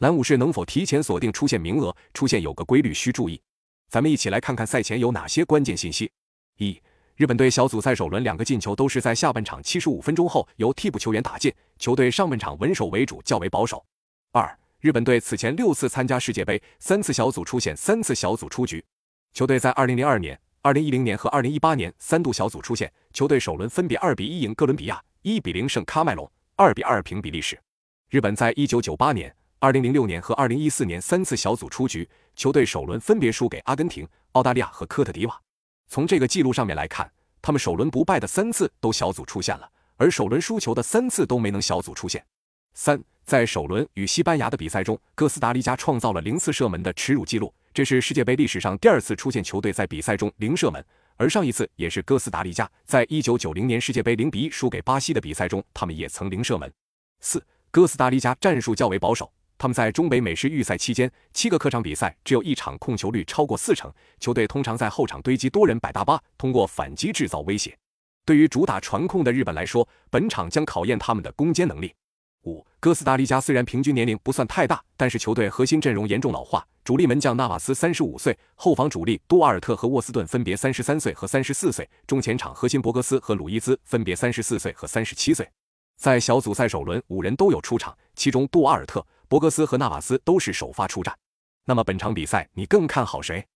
蓝武士能否提前锁定出线名额，出现有个规律需注意。咱们一起来看看赛前有哪些关键信息。一、日本队小组赛首轮2个进球都是在下半场75分钟后由替补球员打进，球队上半场稳守为主，较为保守。二、日本队此前6次参加世界杯，3次小组出线，3次小组出局。球队在2002年、2010年和2018年3度小组出线，球队首轮分别2比1赢哥伦比亚，1比0胜喀麦隆，2比2平比利时。日本在1998年、2006年和2014年3次小组出局，球队首轮分别输给阿根廷、澳大利亚和科特迪瓦。从这个记录上面来看，他们首轮不败的3次都小组出线了，而首轮输球的3次都没能小组出线。三、在首轮与西班牙的比赛中，哥斯达黎加创造了0次射门的耻辱纪录，这是世界杯历史上第2次出现球队在比赛中0射门，而上一次也是哥斯达黎加在1990年世界杯0比1输给巴西的比赛中，他们也曾0射门。四、哥斯达黎加战术较为保守，他们在中北美式预赛期间7个客场比赛只有1场控球率超过40%，球队通常在后场堆积多人摆大巴，通过反击制造威胁。对于主打传控的日本来说，本场将考验他们的攻坚能力。五、哥斯达黎加虽然平均年龄不算太大，但是球队核心阵容严重老化，主力门将纳瓦斯35岁，后防主力多瓦尔特和沃斯顿分别33岁和34岁，中前场核心博格斯和鲁伊兹分别34岁和37岁。在小组赛首轮5人都有出场，其中多瓦尔特、博格斯和纳瓦斯都是首发出战。那么本场比赛你更看好谁？